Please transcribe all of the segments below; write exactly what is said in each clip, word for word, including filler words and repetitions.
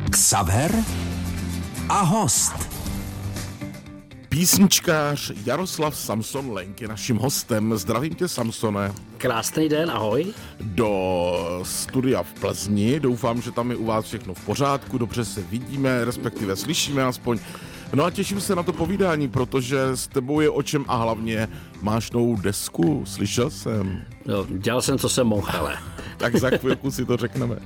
Xaver a host. Písničkář Jaroslav Samson Lenk je naším hostem. Zdravím tě, Samsone. Krásný den, ahoj. Do studia v Plzni. Doufám, že tam je u vás všechno v pořádku, dobře se vidíme, respektive slyšíme aspoň. No a těším se na to povídání, protože s tebou je o čem a hlavně máš novou desku, slyšel jsem. No, dělal jsem, co jsem mohl, ale. Tak za chvilku si to řekneme.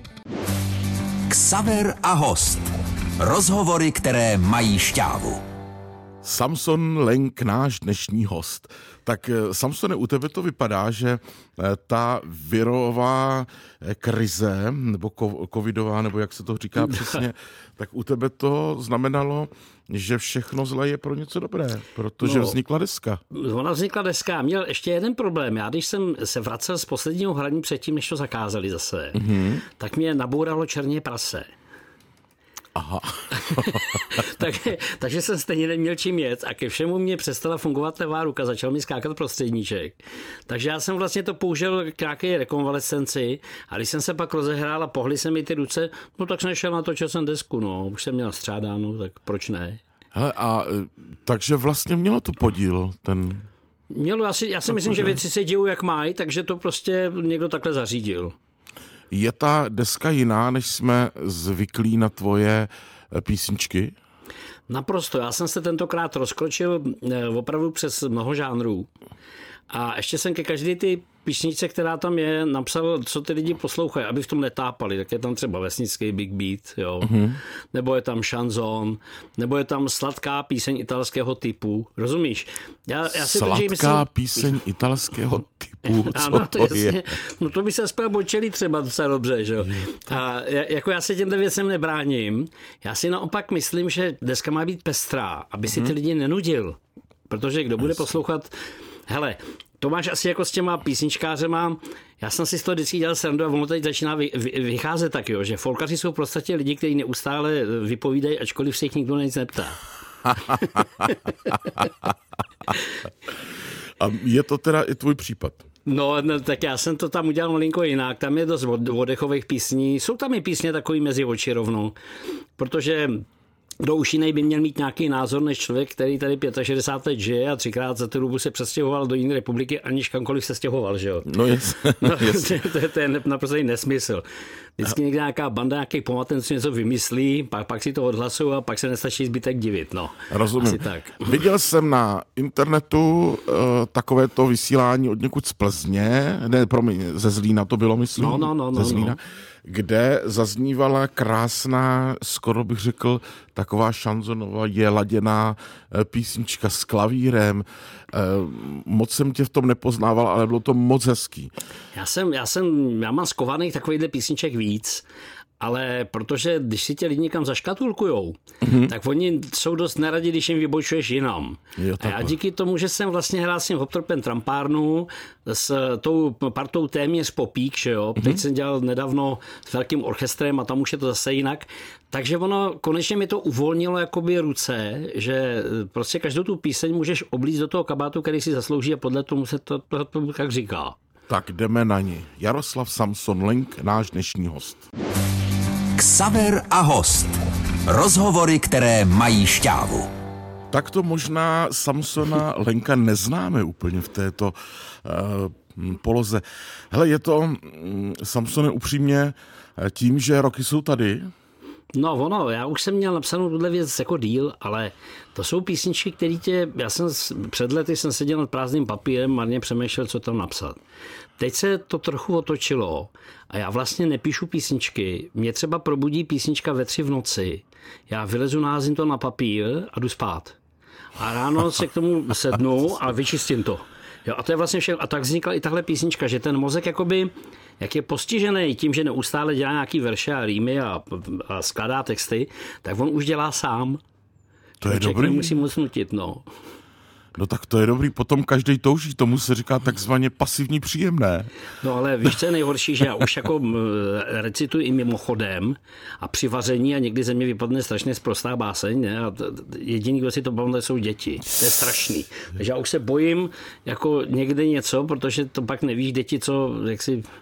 Xaver a host. Rozhovory, které mají šťávu. Samson Lenk, náš dnešní host. Tak Samsone, u tebe to vypadá, že ta virová krize, nebo covidová, nebo jak se to říká přesně, tak u tebe to znamenalo, že všechno zlé je pro něco dobré, protože no, vznikla deska. Ona vznikla deska. Měl ještě jeden problém. Já, když jsem se vracel z posledního hraní předtím, než to zakázali zase, mm-hmm. tak mě nabouralo černé prase. Aha. takže, takže jsem stejně neměl čím jet a ke všemu mě přestala fungovat levá ruka, začal mi skákat prostředníček. Takže já jsem vlastně to použil k nějaké rekonvalescenci a když jsem se pak rozehrál a pohli se mi ty ruce, no tak jsem šel, natočil jsem desku, no, už jsem měl střádáno, tak proč ne? Hele, a takže vlastně mělo to podíl, ten... Mělo, já si, já si myslím, že věci se dějou jak mají, takže to prostě někdo takhle zařídil. Je ta deska jiná, než jsme zvyklí na tvoje písničky? Naprosto. Já jsem se tentokrát rozkročil opravdu přes mnoho žánrů. A ještě jsem ke každé ty písničce, která tam je, napsal, co ty lidi poslouchají, aby v tom netápali. Tak je tam třeba vesnický big beat, jo. Mm-hmm. Nebo je tam šanzón, nebo je tam sladká píseň italského typu. Rozumíš? Já, já si sladká myslím... píseň italského typu, co ano, to, to je? je? No to by se spěl bočeli třeba docela dobře, že jo. A jako já se těmhle věcem nebráním. Já si naopak myslím, že deska má být pestrá, aby si ty lidi nenudil. Protože kdo bude poslouchat... Hele, to máš asi jako s těma písničkářema, já jsem si z toho vždycky dělal srandu a ono tady začíná vy, vy, vycházet tak, jo, že folkaři jsou v podstatě lidi, kteří neustále vypovídají, ačkoliv se jich nikdo nic neptá. A je to teda i tvůj případ? No, no, tak já jsem to tam udělal malinko jinak, tam je dost oddechových písní, jsou tam i písně takový mezi oči rovnou, protože... Kdo už jiný by měl mít nějaký názor než člověk, který tady šedesát pět let žije a třikrát za tu dobu se přestěhoval do jiné republiky, aniž kamkoliv se stěhoval, že jo? No jest. No, to, to, to je naprosto nesmysl. Vždycky někde nějaká banda, nějaký pomatenců něco vymyslí, pak, pak si to odhlasují a pak se nestačí zbytek divit, no. Rozumím. Tak. Viděl jsem na internetu uh, takovéto vysílání od někud z Plzně, ne, promiň, ze Zlína to bylo, myslím. No, no, no, ze Zlína. no. Kde zaznívala krásná, skoro bych řekl, taková šanzonová je laděná písnička s klavírem. Moc jsem tě v tom nepoznával, ale bylo to moc hezký. Já jsem, já jsem, já mám skovaných takovýchhle písniček víc, ale protože když si tě lidi někam zaškatulkujou, mm-hmm. tak oni jsou dost neradi, když jim vybočuješ jinam. Jo, a já díky tomu, že jsem vlastně hrál s tím Hoptropem Trampárnu s tou partou téměř popík, že jo, mm-hmm. teď jsem dělal nedávno s velkým orchestrem a tam už je to zase jinak, takže ono konečně mi to uvolnilo jakoby ruce, že prostě každou tu píseň můžeš oblíct do toho kabátu, který si zaslouží a podle tomu se to, to, to tak říká. Tak jdeme na ní. Jaroslav Samson Lenk, náš dnešní host. Xaver a host. Rozhovory, které mají šťávu. Tak to možná Samsona Lenka neznáme úplně v této uh, poloze. Hele, je to, um, Samsone, upřímně tím, že roky jsou tady? No ono, já už jsem měl napsanou tuhle věc jako díl, ale to jsou písničky, které tě, já jsem před lety jsem seděl nad prázdným papírem, marně přemýšlel, co tam napsat. Teď se to trochu otočilo a já vlastně nepíšu písničky. Mě třeba probudí písnička ve tři v noci. Já vylezu, naházím to na papír a jdu spát. A ráno se k tomu sednu a vyčistím to. Jo, a to je vlastně všechno. A tak vznikla i tahle písnička, že ten mozek jakoby, jak je postižený tím, že neustále dělá nějaký verše a rýmy a, a skládá texty, tak on už dělá sám. To je dobrý. Nemusí moc nutit, no. No tak to je dobrý, potom každej touží, tomu se říká takzvaně pasivní příjemné. No ale víš, co je nejhorší, že já už jako recituji i mimochodem a při vaření a někdy ze mě vypadne strašně sprostá báseň, ne? A jediný, kdo si to pamatuje, jsou děti. To je strašný. Takže já už se bojím jako někde něco, protože to pak nevíš, děti, co jak si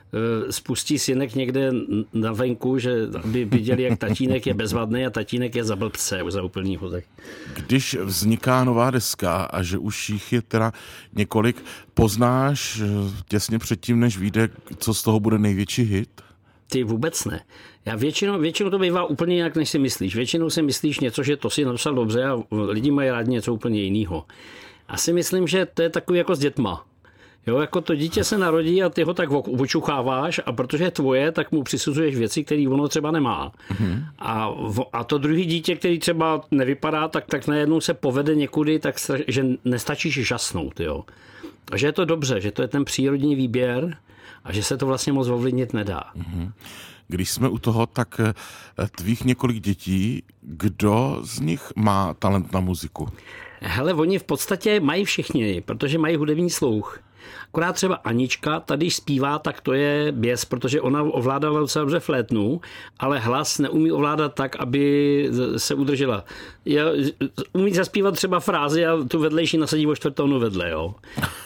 spustí synek někde na venku, že aby viděli, jak tatínek je bezvadný a tatínek je za blbce, za úplnýho. Tak. Když vzniká nová deska a že už jich je teda několik, poznáš těsně předtím, než vyjde, co z toho bude největší hit? Ty vůbec ne. Já většinou, většinou to bývá úplně jinak, než si myslíš. Většinou si myslíš něco, že to si napsal dobře a lidi mají rádi něco úplně jiného. A si myslím, že to je takový jako s dětma. Jo, jako to dítě se narodí a ty ho tak očucháváš a protože je tvoje, tak mu přisuzuješ věci, které ono třeba nemá. Mm-hmm. A, a to druhý dítě, který třeba nevypadá, tak, tak najednou se povede někudy, tak že nestačíš žasnout. Jo. A že je to dobře, že to je ten přírodní výběr a že se to vlastně moc ovlivnit nedá. Mm-hmm. Když jsme u toho, tak tvých několik dětí, kdo z nich má talent na muziku? Hele, oni v podstatě mají všichni, protože mají hudební sluch. Akorát třeba Anička, tady zpívá, tak to je běs, protože ona ovládala docela dobře flétnu, ale hlas neumí ovládat tak, aby se udržela. Je, umí zaspívat třeba frázi a tu vedlejší nasadí o čtvrtou vedle, jo.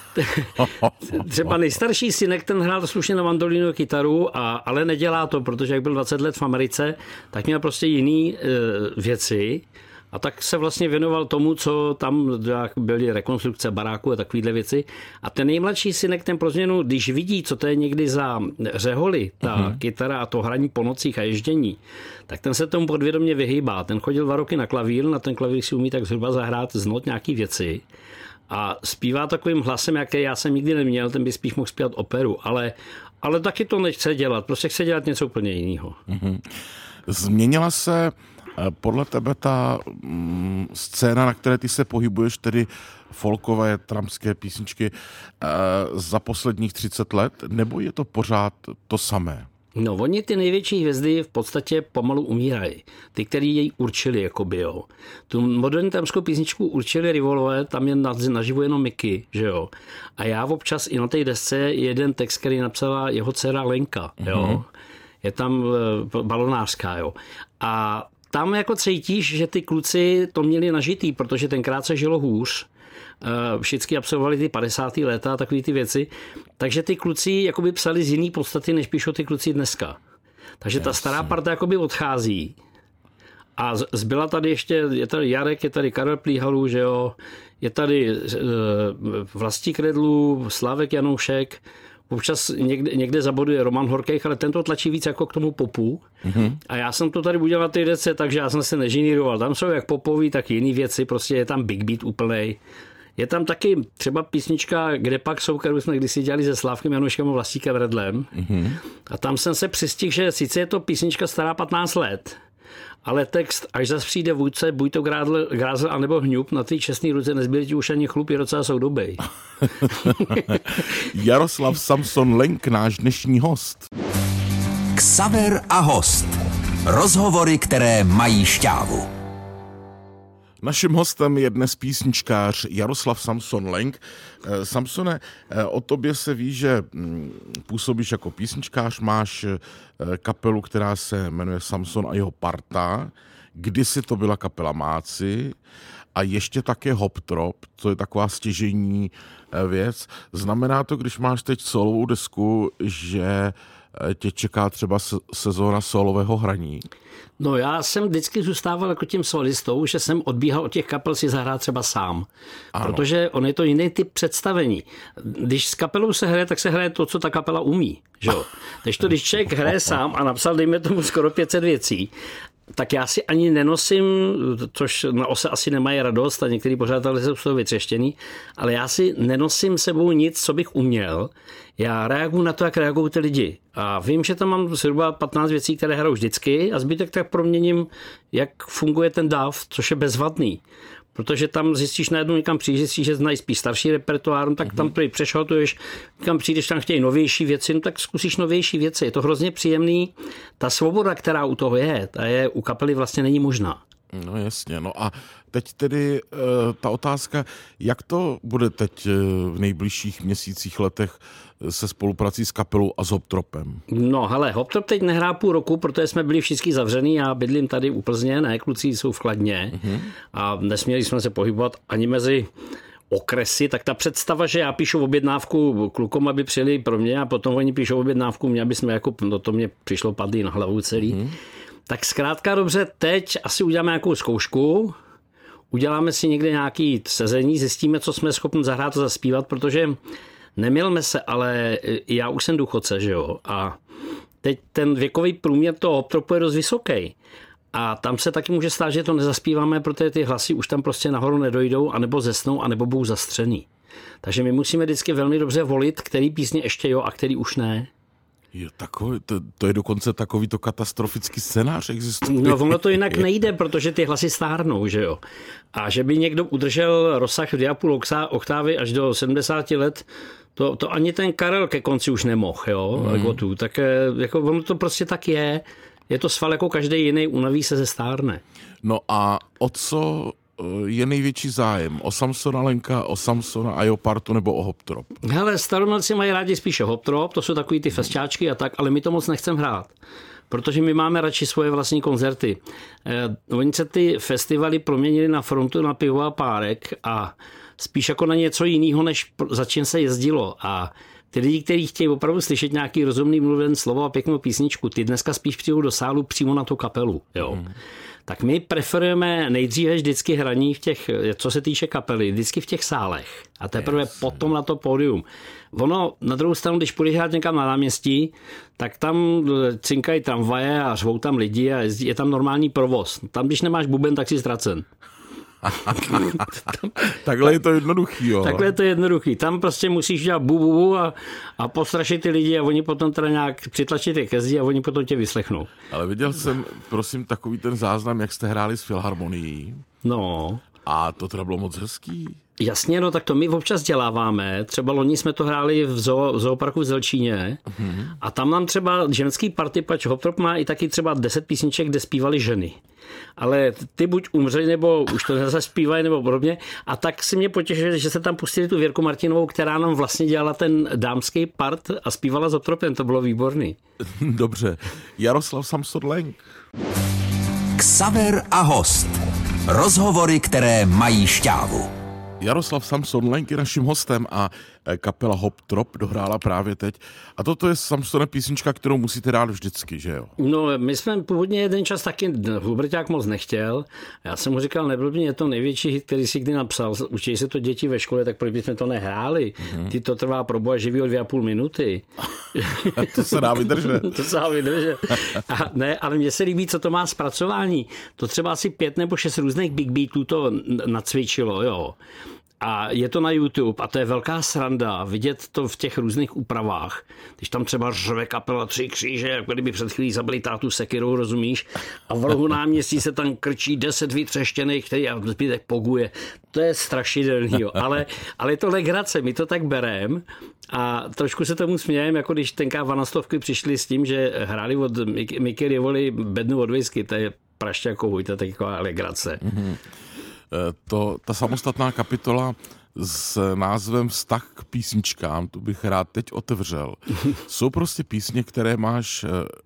Třeba nejstarší synek, ten hrál slušně na mandolinu, kytaru, a, ale nedělá to, protože jak byl dvacet let v Americe, tak měl prostě jiný e, věci. A tak se vlastně věnoval tomu, co tam byly rekonstrukce baráku a takovýhle věci. A ten nejmladší synek, ten pro změnu, když vidí, co to je někdy za řeholi, ta uh-huh. kytara a to hraní po nocích a ježdění, tak ten se tomu podvědomě vyhýbá. Ten chodil dva roky na klavír, na ten klavír si umí tak zhruba zahrát z not nějaký věci. A zpívá takovým hlasem, jaký já jsem nikdy neměl, ten by spíš mohl zpívat operu, ale, ale taky to nechce dělat, prostě chce dělat něco úplně jiného. Uh-huh. Změnila se podle tebe ta mm, scéna, na které ty se pohybuješ, tedy folkové, trampské písničky, e, za posledních třicet let, nebo je to pořád to samé? No, oni ty největší hvězdy v podstatě pomalu umírají. Ty, který jej určili, jakoby, jo. Tu moderní trampskou písničku určili Rivolové, tam je naživu jenom Miky, že jo. A já občas i na té desce jeden text, který napsala jeho dcera Lenka, jo. Mm-hmm. Je tam e, balonářská, jo. A tam jako cítíš, že ty kluci to měli nažitý, protože tenkrát se žilo hůř. Všichni absolvovali ty padesátá léta a takové ty věci. Takže ty kluci jakoby psali z jiný podstaty, než píšou ty kluci dneska. Takže ta stará parta jakoby odchází. A zbyla tady ještě, je tady Jarek, je tady Karel Plíhalů, že jo, je tady Vlastík Redlů, Slávek Janoušek, občas někde, někde zaboduje Roman Horkejch, ale tento tlačí víc jako k tomu popu. Mm-hmm. A já jsem to tady udělal na té desce, takže já jsem se nežiníroval. Tam jsou jak popový, tak jiný věci, prostě je tam big beat úplnej. Je tam taky třeba písnička Kde pak jsou, kterou jsme kdysi dělali se Slávkem Janouškem a Vlastíkem Redlem. Mm-hmm. A tam jsem se přistihl, že sice je to písnička stará patnáct let, ale text, až zas přijde vůdce, buď to grázel, anebo hňup, na té čestné ruce nezbyl ti už ani chlup, je docela soudobej. Jaroslav Samson Lenk, náš dnešní host. Xaver a host. Rozhovory, které mají šťávu. Naším hostem je dnes písničkář Jaroslav Samson Lenk. Samsone, o tobě se ví, že působíš jako písničkář, máš kapelu, která se jmenuje Samson a jeho parta. Kdysi to byla kapela Máci a ještě také Hop Trop, to je taková stěžejní věc. Znamená to, když máš teď solovou desku, že tě čeká třeba sezóna solového hraní? No, já jsem vždycky zůstával jako tím solistou, že jsem odbíhal od těch kapel si zahrát třeba sám. Ano. Protože on je to jiný typ představení. Když s kapelou se hraje, tak se hraje to, co ta kapela umí. Že? Když to, když člověk hraje sám a napsal, dejme tomu, skoro pět set věcí, tak já si ani nenosím, což na ose asi nemají radost a některý pořadatelé jsou z toho vytřeštěný, ale já si nenosím sebou nic, co bych uměl. Já reaguju na to, jak reagují ty lidi. A vím, že tam mám zhruba patnáct věcí, které hrajou vždycky a zbytek tak proměním, jak funguje ten dáv, což je bezvadný. Protože tam zjistíš najednou, někam přijdeš, zjistíš, že znají spíš starší repertoár, tak tam to i přešaltuješ, někam přijdeš, tam chtějí novější věci, no tak zkusíš novější věci. Je to hrozně příjemný. Ta svoboda, která u toho je, ta je u kapely vlastně není možná. No jasně, no a teď tedy uh, ta otázka, jak to bude teď uh, v nejbližších měsících, letech se spoluprací s kapelou a s Hop Tropem? No hele, Hop Trop teď nehrá půl roku, protože jsme byli všichni zavřený, já bydlím tady u Plzně, ne, kluci jsou v Kladně uh-huh. a nesměli jsme se pohybovat ani mezi okresy, tak ta představa, že já píšu objednávku klukům, aby přijeli pro mě a potom oni píšou objednávku mě, aby jsme jako, no to mě přišlo padlý na hlavu celý. Mm. Tak zkrátka dobře, teď asi uděláme nějakou zkoušku, uděláme si někde nějaký sezení, zjistíme, co jsme schopni zahrát a zaspívat, protože nemilme se, ale já už jsem důchodce, že jo, a teď ten věkový průměr toho hoptropu je dost vysoký. A tam se taky může stát, že to nezaspíváme, protože ty hlasy už tam prostě nahoru nedojdou, anebo zesnou, anebo budou zastřený. Takže my musíme vždycky velmi dobře volit, který písně ještě jo a který už ne. Jo, takový, to, to je dokonce takovýto katastrofický scénář existuje. No ono to jinak nejde, protože ty hlasy stárnou, že jo. A že by někdo udržel rozsah dvě a půl oktávy až do sedmdesáti let, to, to ani ten Karel ke konci už nemohl, jo, mm. jako tu. Tak jako ono to prostě tak je. Je to sval jako každý jiný, unaví se ze stárne. No a o co je největší zájem? O Samsona Lenka, o Samsona a jeho partu nebo o Hoptrop? Hele, staromelci mají rádi spíše Hoptrop, to jsou takový ty festiáčky a tak, ale my to moc nechceme hrát. Protože my máme radši svoje vlastní koncerty. Eh, oni se ty festivaly proměnili na frontu na pivo a párek a spíš jako na něco jiného, než za čím se jezdilo. A ty lidi, kteří chtějí opravdu slyšet nějaký rozumný mluven slovo a pěknou písničku, ty dneska spíš přijdou do sálu přímo na tu kapelu. Jo. Mm. Tak my preferujeme nejdříve vždycky hraní v těch, co se týče kapely, vždycky v těch sálech. A teprve yes. potom na to pódium. Ono, na druhou stranu, když půjdeš hrát někam na náměstí, tak tam cinkají tramvaje a řvou tam lidi a je tam normální provoz. Tam, když nemáš buben, tak jsi ztracen. Takhle je to jednoduchý, jo. Takhle je to jednoduchý. Tam prostě musíš dělat bu, bu, bu a, a postrašit ty lidi a oni potom teda nějak přitlačit je ke zdi a oni potom tě vyslechnou. Ale viděl jsem, prosím, takový ten záznam, jak jste hráli s Filharmonií. No. A to teda bylo moc hezký. Jasně, no tak to my občas děláváme. Třeba loni jsme to hráli v, zoo, v zooparku v Zelčíně mm-hmm. a tam nám třeba ženský party, pač Hoptrop má i taky třeba deset písniček, kde zpívaly ženy. Ale ty buď umřeli, nebo už to nezaspívají, nebo podobně. A tak si mě potěšuje, že se tam pustili tu Věrku Martinovou, která nám vlastně dělala ten dámský part a zpívala s Hoptropem. To bylo výborný. Dobře. Jaroslav Samson Lenk. Xaver a host. Rozhovory, které mají šťávu. Jaroslav Samson Lenk je naším hostem a kapela Hoptrop dohrála právě teď. A toto je, Samsone, písnička, kterou musíte dát vždycky, že jo? No, my jsme původně jeden čas taky Huberťák moc nechtěl. Já jsem mu říkal, neblbně, je to největší hit, který si kdy napsal. Učí se to děti ve škole, tak proč bychom to nehráli? Mm-hmm. Ty to trvá pro boha živýho dvě a půl minuty. To se dá vydržet. To se dá vydržet. A ne, ale mně se líbí, co to má zpracování. To třeba asi pět nebo šest různých big beatů to nacvičilo, jo. A je to na YouTube a to je velká sranda vidět to v těch různých úpravách. Když tam třeba řve kapela Tři kříže, jako kdyby před chvílí zabili tátu sekirou, rozumíš? A v rohu náměstí se tam krčí deset vytřeštěných, který a zbytek poguje. To je strašidelný, jo. Ale, ale je to legrace, my to tak bereme a trošku se tomu smějeme, jako když tenká vanastovky přišli s tím, že hráli od Miky Rivoli Bednu od whisky, to je prašťáko hůj, to je taková legrace. Mm-hmm. To, ta samostatná kapitola s názvem Vztah k písničkám, tu bych rád teď otevřel. Jsou prostě písně, které máš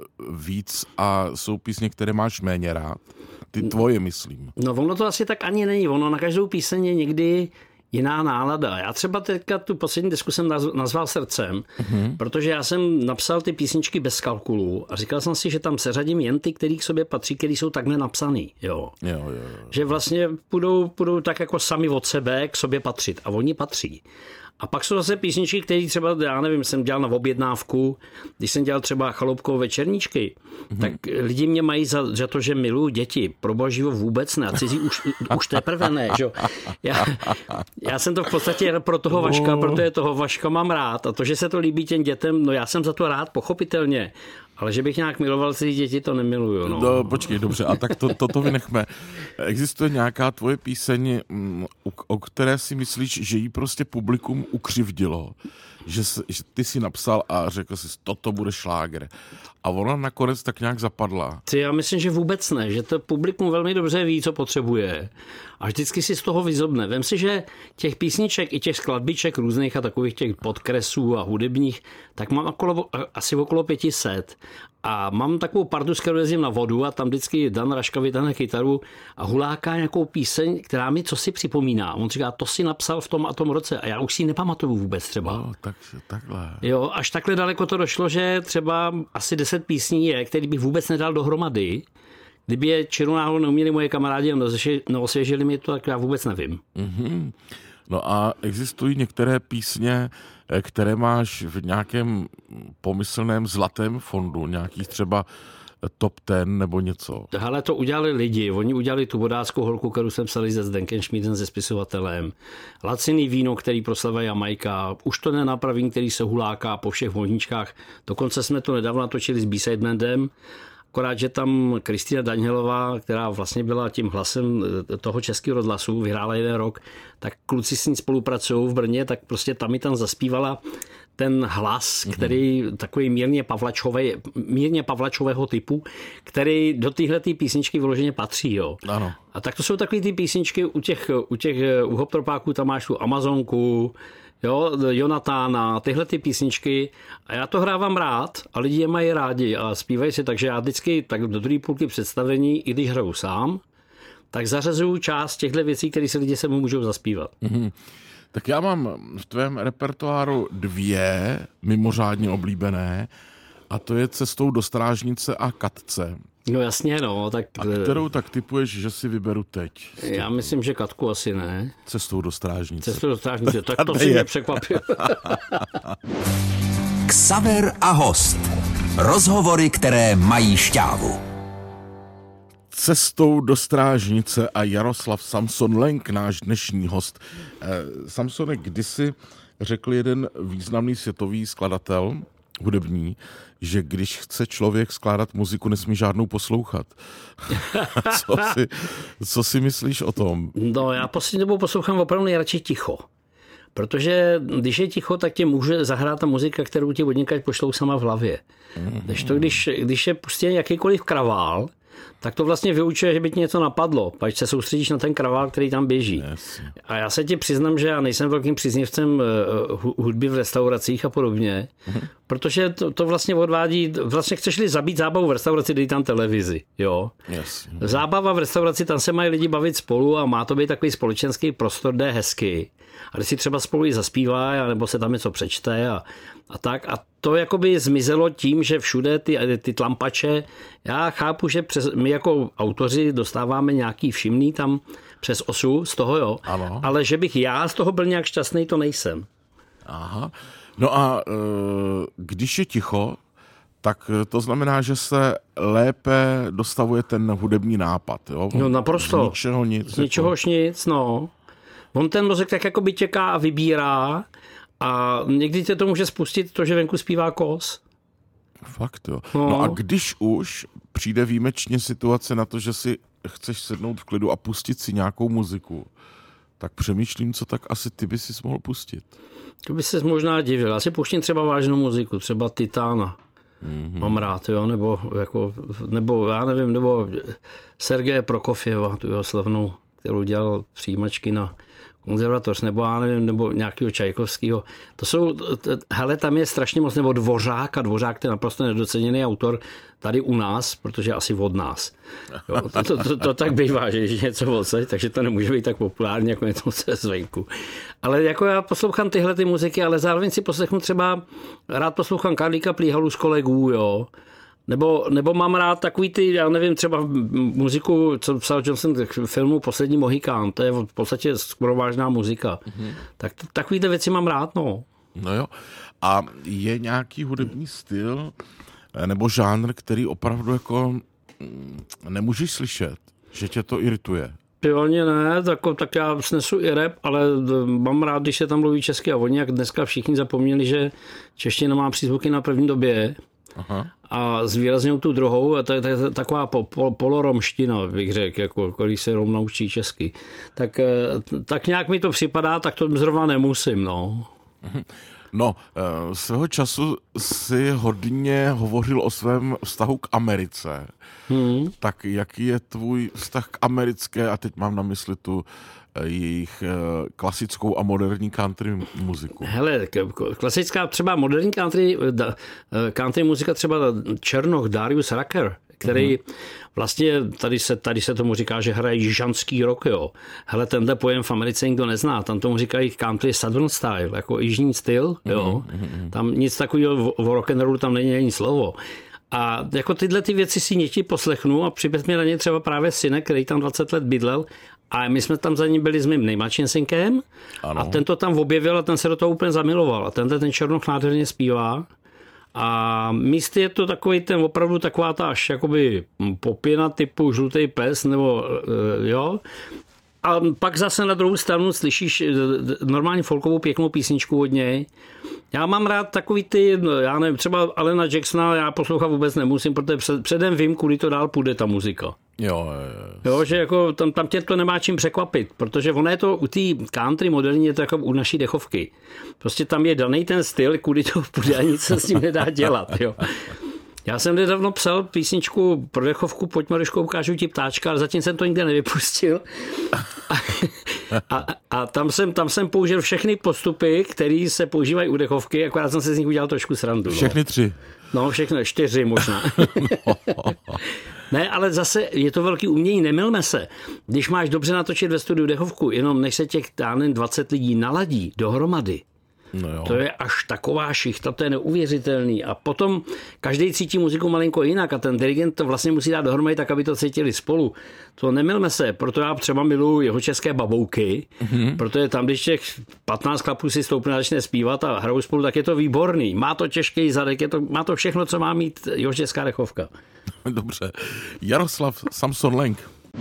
víc a jsou písně, které máš méně rád. Ty tvoje, myslím. No ono to asi tak ani není. Ono na každou píseň je někdy jiná nálada. Já třeba teďka tu poslední desku jsem nazval Srdcem, mm-hmm. protože já jsem napsal ty písničky bez kalkulu a říkal jsem si, že tam seřadím jen ty, který k sobě patří, který jsou takhle napsaný. Jo. Jo, jo, jo. Že vlastně půjdou, půjdou tak jako sami od sebe k sobě patřit a oni patří. A pak jsou zase písničky, které třeba, já nevím, jsem dělal na objednávku, když jsem dělal třeba Chaloupkou večerníčky, mm-hmm. tak lidi mě mají za, za to, že miluju děti. Pro boha živo vůbec ne. A cizí už, už teprve ne. Že? Já, já jsem to v podstatě pro toho Vaška, protože toho Vaška mám rád. A to, že se to líbí těm dětem, no já jsem za to rád, pochopitelně. Ale že bych nějak miloval cizí děti, to nemiluju. No. No, počkej, dobře, a tak to, toto vynechme. Existuje nějaká tvoje píseň, o které si myslíš, že jí prostě publikum ukřivdilo? Že, jsi, že ty si napsal a řekl jsi, toto bude šláger. A ona nakonec tak nějak zapadla. Ty, já myslím, že vůbec ne, že to publikum velmi dobře ví, co potřebuje. A vždycky si z toho vyzobne. Vem si, že těch písniček i těch skladbiček různých a takových těch podkresů a hudebních, tak mám okolo, asi okolo pěti set. A mám takovou partu, s kterou jezdím na vodu a tam vždycky Dan Raška vytáhne kytaru a huláká nějakou píseň, která mi co si připomíná. On říká, to si napsal v tom a tom roce a já už si nepamatuju vůbec třeba. No, tak, takhle. Jo, až takhle daleko to došlo, že třeba asi deset písní je, který bych vůbec nedal dohromady. Kdyby je čirou náhodou neuměli moje kamarádi a neosvěžili mi to, tak já vůbec nevím. Mm-hmm. No a existují některé písně, které máš v nějakém pomyslném zlatém fondu, nějakých třeba top ten nebo něco. Hele, to udělali lidi. Oni udělali tu vodáckou holku, kterou jsem psali se Zdenkem Šmídem, se spisovatelem. Laciný víno, který proslavuje Jamajka. Už to nenapravím, který se huláká po všech vodničkách. Dokonce jsme to nedávno natočili s B-side bandem. Akorát, že tam Kristýna Danielová, která vlastně byla tím hlasem toho českého rozhlasu, vyhrála jeden rok, tak kluci s ní spolupracují v Brně, tak prostě tam mi tam zaspívala ten hlas, který mm-hmm. takový mírně pavlačové, mírně pavlačového typu, který do téhletý písničky vyloženě patří. Jo. Ano. A tak to jsou takové ty písničky u těch, u těch u hoptropáků, tam máš tu Amazonku, jo, Jonatána, tyhle ty písničky a já to hrávám rád a lidi je mají rádi a zpívají si, takže já vždycky tak do druhé půlky představení, i když hraju sám, tak zařazuju část těchto věcí, které se lidi se mu můžou zaspívat. Mm-hmm. Tak já mám v tvém repertoáru dvě mimořádně oblíbené a to je Cestou do Strážnice a Katce. No jasně, no. Tak... A kterou tak typuješ, že si vyberu teď? Já myslím, že Katku asi ne. Cestou do Strážnice. Cestou do Strážnice, tak to si mě překvapil. Xaver a host. Rozhovory, které mají šťávu. Cestou do Strážnice a Jaroslav Samson Lenk, náš dnešní host. Eh, Samsone, kdysi řekl jeden významný světový skladatel, hudební, že když chce člověk skládat muziku, nesmí žádnou poslouchat. co, si, co si myslíš o tom? No, já poslední dobou poslouchám opravdu nejradši ticho. Protože když je ticho, tak tě může zahrát ta muzika, kterou ti odněkaď pošlou sama v hlavě. Mm-hmm. Když, to, když, když je prostě jakýkoliv kravál, tak to vlastně vyučuje, že by ti něco napadlo, pak se soustředíš na ten kravál, který tam běží. Yes. A já se ti přiznám, že já nejsem velkým příznivcem hudby v restauracích a podobně, mm-hmm. protože to, to vlastně odvádí, vlastně chceš-li zabít zábavu v restauraci, dej tam televizi, jo. Yes. Zábava v restauraci, tam se mají lidi bavit spolu a má to být takový společenský prostor, kde je hezky. A když si třeba spolu i zaspívá, nebo se tam něco přečte a, a tak. A to jakoby zmizelo tím, že všude ty, ty tlampače, já chápu, že přes, my jako autoři dostáváme nějaký všimný tam přes osu z toho, jo. Ano. Ale že bych já z toho byl nějak šťastný, to nejsem. Aha. No a když je ticho, tak to znamená, že se lépe dostavuje ten hudební nápad, jo? No naprosto. Z ničeho nic. Z ničehož jako... nic, no. On ten mozek tak jako by čeká a vybírá a někdy tě to může spustit to, že venku zpívá kos. Fakt jo. No. no a když už přijde výjimečně situace na to, že si chceš sednout v klidu a pustit si nějakou muziku, tak přemýšlím, co tak asi ty by si mohl pustit. To by ses možná divil. Já si pouštím třeba vážnou muziku, třeba Titána. Mm-hmm. Mám rád, jo, nebo, jako, nebo já nevím, nebo Sergeje Prokofjeva, tu jeho slavnou, kterou dělal přijímačky na konzervatoř, nebo já nevím, nebo nějakého Čajkovského. To jsou, hele, tam je strašně moc, nebo Dvořák, a Dvořák to je naprosto nedoceněný autor tady u nás, protože asi od nás. Jo, to, to, to, to tak bývá, že je něco odsaď, takže to nemůže být tak populární, jako něco zvenku. Ale jako já poslouchám tyhle ty muziky, ale zároveň si poslechnu třeba, rád poslouchám Karlíka Plíhalu z kolegů, jo. Nebo, nebo mám rád takový ty, já nevím, třeba muziku, co psal Johnson v filmu Poslední Mohikán, to je v podstatě skoro vážná muzika. Mm-hmm. Tak takovýhle věci mám rád, no. No jo. A je nějaký hudební styl nebo žánr, který opravdu jako nemůžeš slyšet, že tě to irituje? Pilně ne, tak, tak já snesu i rap, ale mám rád, když se tam mluví česky a oni, jak dneska všichni zapomněli, že čeština má přízvuky na první době. Aha. A zvýrazňují tu druhou, a to je taková po, po, poloromština, bych řekl, jako, když se Rom naučí česky. Tak, tak nějak mi to připadá, tak to zrovna nemusím, no. No, svého času si hodně hovořil o svém vztahu k Americe. Hmm. Tak jaký je tvůj vztah k americké, a teď mám na mysli tu jejich klasickou a moderní country muziku? Hele, klasická třeba moderní country, country muzika třeba Černoch, Darius Rucker, který vlastně, tady se, tady se tomu říká, že hraje jižanský rock, jo. Hele, tenhle pojem v Americe nikdo nezná, tam tomu říkají country southern style, jako jižní styl, jo. Tam nic takového o rock'n'rollu tam není ani slovo. A jako tyhle ty věci si někdy poslechnu a připět mi na ně třeba právě synek, který tam dvacet let bydlel, a my jsme tam za ním byli s mým nejmladším synkem a ten to tam objevil a ten se do toho úplně zamiloval. A tenhle ten Černoch nádherně zpívá. A místy je to takový ten opravdu taková ta až jakoby popina typu Žlutý pes nebo jo. A pak zase na druhou stranu slyšíš normálně folkovou pěknou písničku od něj. Já mám rád takový ty, já nevím, třeba Alena Jacksona já poslouchat vůbec nemusím, protože před, předem vím, kudy to dál půjde ta muzika. Jo, jo, jo, že jako tam, tam tě to nemá čím překvapit, protože ono je to u té country moderní, je to jako u naší dechovky. Prostě tam je daný ten styl, kudy to půjde a nic se s tím nedá dělat, jo. Já jsem nedávno psal písničku pro dechovku Pojď Maruško, ukážu ti ptáčka, ale zatím jsem to nikde nevypustil. A, a, a tam, jsem, tam jsem použil všechny postupy, které se používají u dechovky, akorát jsem se z nich udělal trošku srandu. Všechny no. tři? No, všechny, čtyři možná. No. Ne, ale zase je to velký umění, nemylme se. Když máš dobře natočit ve studiu dechovku, jenom než se těch tánen dvacet lidí naladí dohromady, no jo. To je až taková šichta, to je neuvěřitelný. A potom každý cítí muziku malinko jinak a ten dirigent to vlastně musí dát dohromady tak, aby to cítili spolu. To nemylme se, proto já třeba miluji jeho české babouky, mm-hmm. protože tam, když těch patnáct chlapů si stoupne a začne zpívat a hrajou spolu, tak je to výborný. Má to těžký zadek, je to, má to všechno, co má mít jeho česká dechovka. Dobře. Jaroslav Samson Lenk.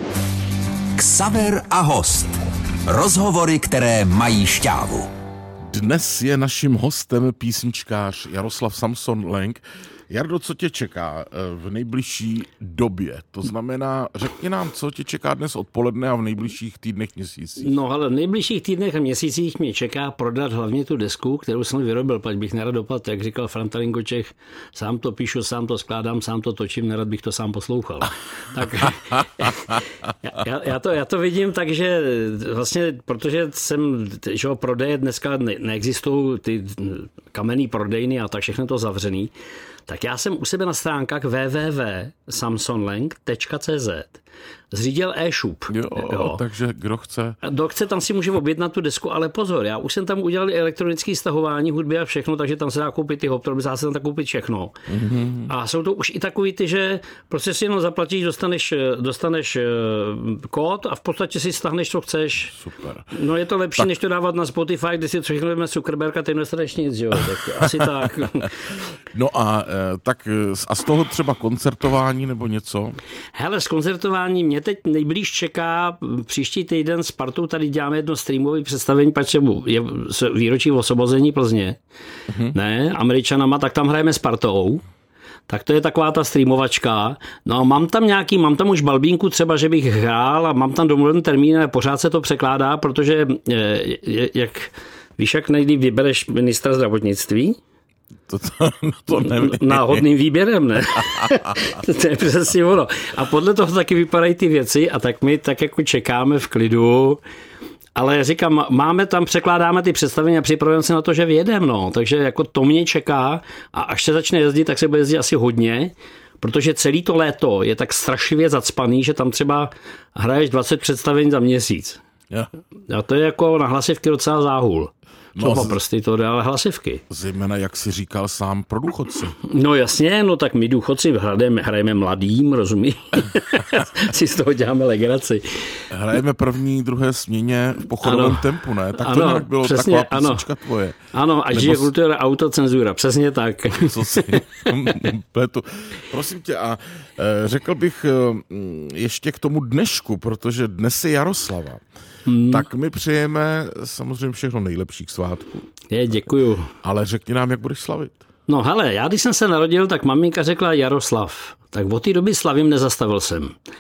Xaver a host. Rozhovory, které mají šťávu. Dnes je naším hostem písničkář Jaroslav Samson Lenk. Jardo, co tě čeká v nejbližší době? To znamená, řekni nám, co tě čeká dnes odpoledne a v nejbližších týdnech, měsících. No ale v nejbližších týdnech a měsících mě čeká prodat hlavně tu desku, kterou jsem vyrobil, pať bych nerad dopadl, jak říkal Franta Lingočech, sám to píšu, sám to skládám, sám to točím, nerad bych to sám poslouchal. Tak já, já, to, já to vidím tak, že vlastně, protože jsem, že ho prodeje dneska ne, neexistují ty kamenný prodejny a tak všechno to zavřený, tak já jsem u sebe na stránkách w w w tečka samson lenk tečka c z zřídil e-shop. Jo, jo. Takže kdo chce? Kdo chce, tam si může objednat tu desku, ale pozor, já už jsem tam udělal elektronické stahování hudby a všechno, takže tam se dá koupit ty hoptroby, dá se tam koupit všechno. Mm-hmm. A jsou to už i takový ty, že prostě si jenom zaplatíš, dostaneš, dostaneš kód a v podstatě si stáhneš, co chceš. Super. No je to lepší, tak. Než to dávat na Spotify, kde si všechno jdeme Zuckerberga, ty nedostaneš nic, jo. Tak asi tak. No a, tak, a z toho třeba koncertování nebo něco? Hele, z koncertování mě teď nejblíž čeká příští týden s partou, tady děláme jedno streamové představení, pač je výročí osvobození Plzně, mm-hmm. ne, Američanama, tak tam hrajeme s partou. Tak to je taková ta streamovačka. No a mám tam nějaký, mám tam už balbínku třeba, že bych hrál a mám tam domluvený termín, ale pořád se to překládá, protože jak víš, jak nejlíp vybereš ministra zdravotnictví? To, to, to nevím. Náhodným výběrem, ne? To je přesně ono. A podle toho taky vypadají ty věci a tak my tak jako čekáme v klidu. Ale říkám, máme tam, překládáme ty představení a připravujeme se na to, že vyjedeme, no. Takže jako to mě čeká a až se začne jezdit, tak se bude jezdit asi hodně, protože celý to léto je tak strašlivě zacpaný, že tam třeba hraješ dvacet představení za měsíc. Ja. A to je jako na hlasivky docela záhul. No, no prostě to jde, ale hlasivky. Zejména, jak jsi říkal sám, pro důchodce. No jasně, no tak my důchodci hrajeme, hrajeme mladým, rozumí? Si z toho děláme legraci. Hrajeme první, druhé směně v pochodovém ano. tempu, ne? Tak to ano, nějak bylo přesně, taková písnička ano. tvoje. Ano, a žije kultura autocenzura, přesně tak. Co si pletu. Prosím tě, a řekl bych ještě k tomu dnešku, protože dnes je Jaroslava. Hmm. Tak my přejeme samozřejmě všechno nejlepší k svátku. Je, děkuju. Ale řekni nám, jak budeš slavit. No hele, já když jsem se narodil, tak maminka řekla Jaroslav. Tak od té doby slavím, nezastavil jsem.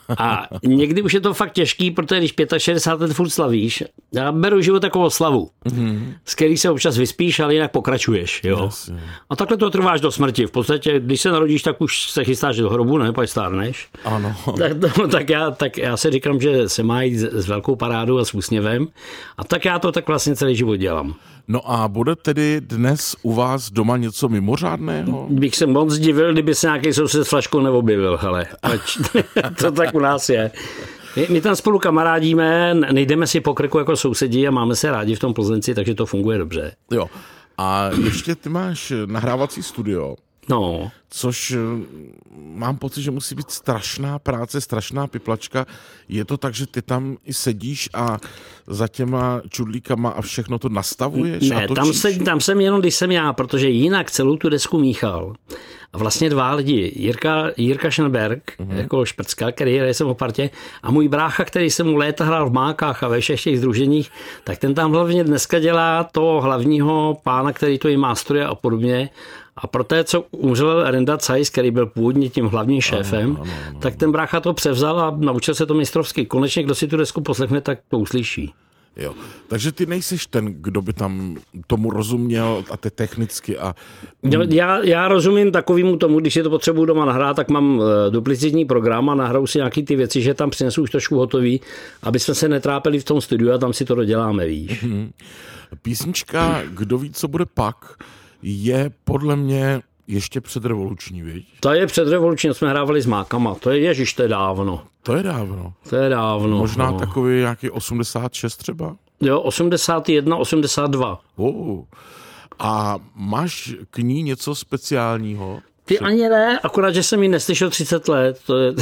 A někdy už je to fakt těžký, protože když šedesát pět let furt slavíš, já beru život jako slavu, mm-hmm. z který se občas vyspíš, ale jinak pokračuješ. Jo? Yes, a takhle to trváš do smrti. V podstatě, když se narodíš, tak už se chystáš do hrobu, ne? Pak stárneš. Ano. Tak, no, tak, já, tak já si říkám, že se má jít s velkou parádou a s úsměvem. A tak já to tak vlastně celý život dělám. No a bude tedy dnes u vás doma něco mimořádného? Bych se moc divil, kdyby se nějaký soused s flaškou neobjevil, hele. To tak u nás je. My, my tam spolu kamarádíme, nejdeme si po krku jako sousedí a máme se rádi v tom Plzenci, takže to funguje dobře. Jo. A ještě ty máš nahrávací studio. No. Což mám pocit, že musí být strašná práce, strašná piplačka. Je to tak, že ty tam i sedíš a za těma čudlíkama a všechno to nastavuješ? Ne, tam, se, tam jsem jenom, když jsem já, protože jinak celou tu desku míchal. A vlastně dva lidi. Jirka, Jirka Schenberg, uh-huh. jako šprcka, který je jsem o partě, a můj brácha, který jsem mu léta hrál v Mákách a ve všech těch sdruženích, tak ten tam hlavně dneska dělá toho hlavního pána, který to i mástruje a podobně. A proto, co umřel Renda Zeiss, který byl původně tím hlavním šéfem, ano, ano, ano, tak ten brácha to převzal a naučil se to mistrovsky. Konečně, kdo si tu desku poslechne, tak to uslyší. Jo. Takže ty nejseš ten, kdo by tam tomu rozuměl a ty technicky a... Já, já rozumím takovému tomu, když si to potřebuji doma nahrát, tak mám duplicitní program a nahraju si nějaký ty věci, že tam přinesu už trošku hotový, aby jsme se netrápili v tom studiu a tam si to doděláme, víš. Mm-hmm. Písnička Kdo ví, co bude pak, je podle mě ještě předrevoluční, viď? To je předrevoluční, jsme hrávali s Mákama, to je ježiš, to je dávno. To je dávno. To je dávno. Možná no. Takový nějaký osmdesát šest třeba? Jo, osmdesát jedna, osmdesát dva. Oh. A máš k ní něco speciálního? Ty Co? Ani ne, akorát, že jsem ji neslyšel třicet let. To je...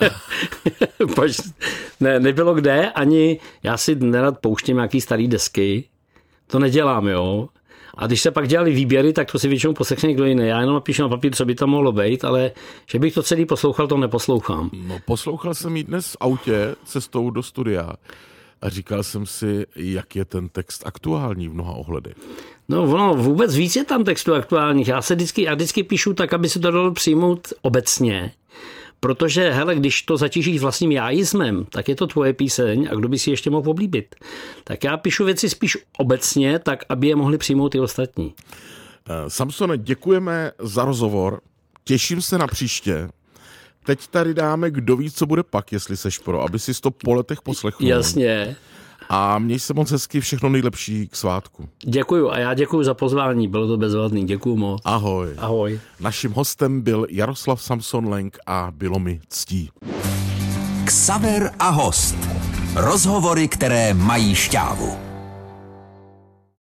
ne, nebylo kde, ani já si nerad pouštím nějaký starý desky. To nedělám, jo. A když se pak dělali výběry, tak to si většinou poslechne někdo jiný. Já jenom napíšu na papír, co by tam mohlo být, ale že bych to celý poslouchal, to neposlouchám. No, poslouchal jsem ji dnes v autě cestou do studia a říkal jsem si, jak je ten text aktuální v mnoha ohledech. No, ono vůbec víc je tam textů aktuálních. Já se vždycky, já vždycky píšu tak, aby se to dalo přijmout obecně. Protože, hele, když to zatížíš vlastním jáismem, tak je to tvoje píseň a kdo by si ještě mohl oblíbit. Tak já píšu věci spíš obecně, tak aby je mohli přijmout i ostatní. Samsone, děkujeme za rozhovor. Těším se na příště. Teď tady dáme Kdo ví, co bude pak, jestli seš pro, aby si to po letech poslechnul. Jasně. A měj se moc hezky, všechno nejlepší k svátku. Děkuju a já děkuju za pozvání, bylo to bezvadný, děkuju moc. Ahoj. Ahoj. Naším hostem byl Jaroslav Samson Lenk a bylo mi ctí. Xaver a host. Rozhovory, které mají šťávu.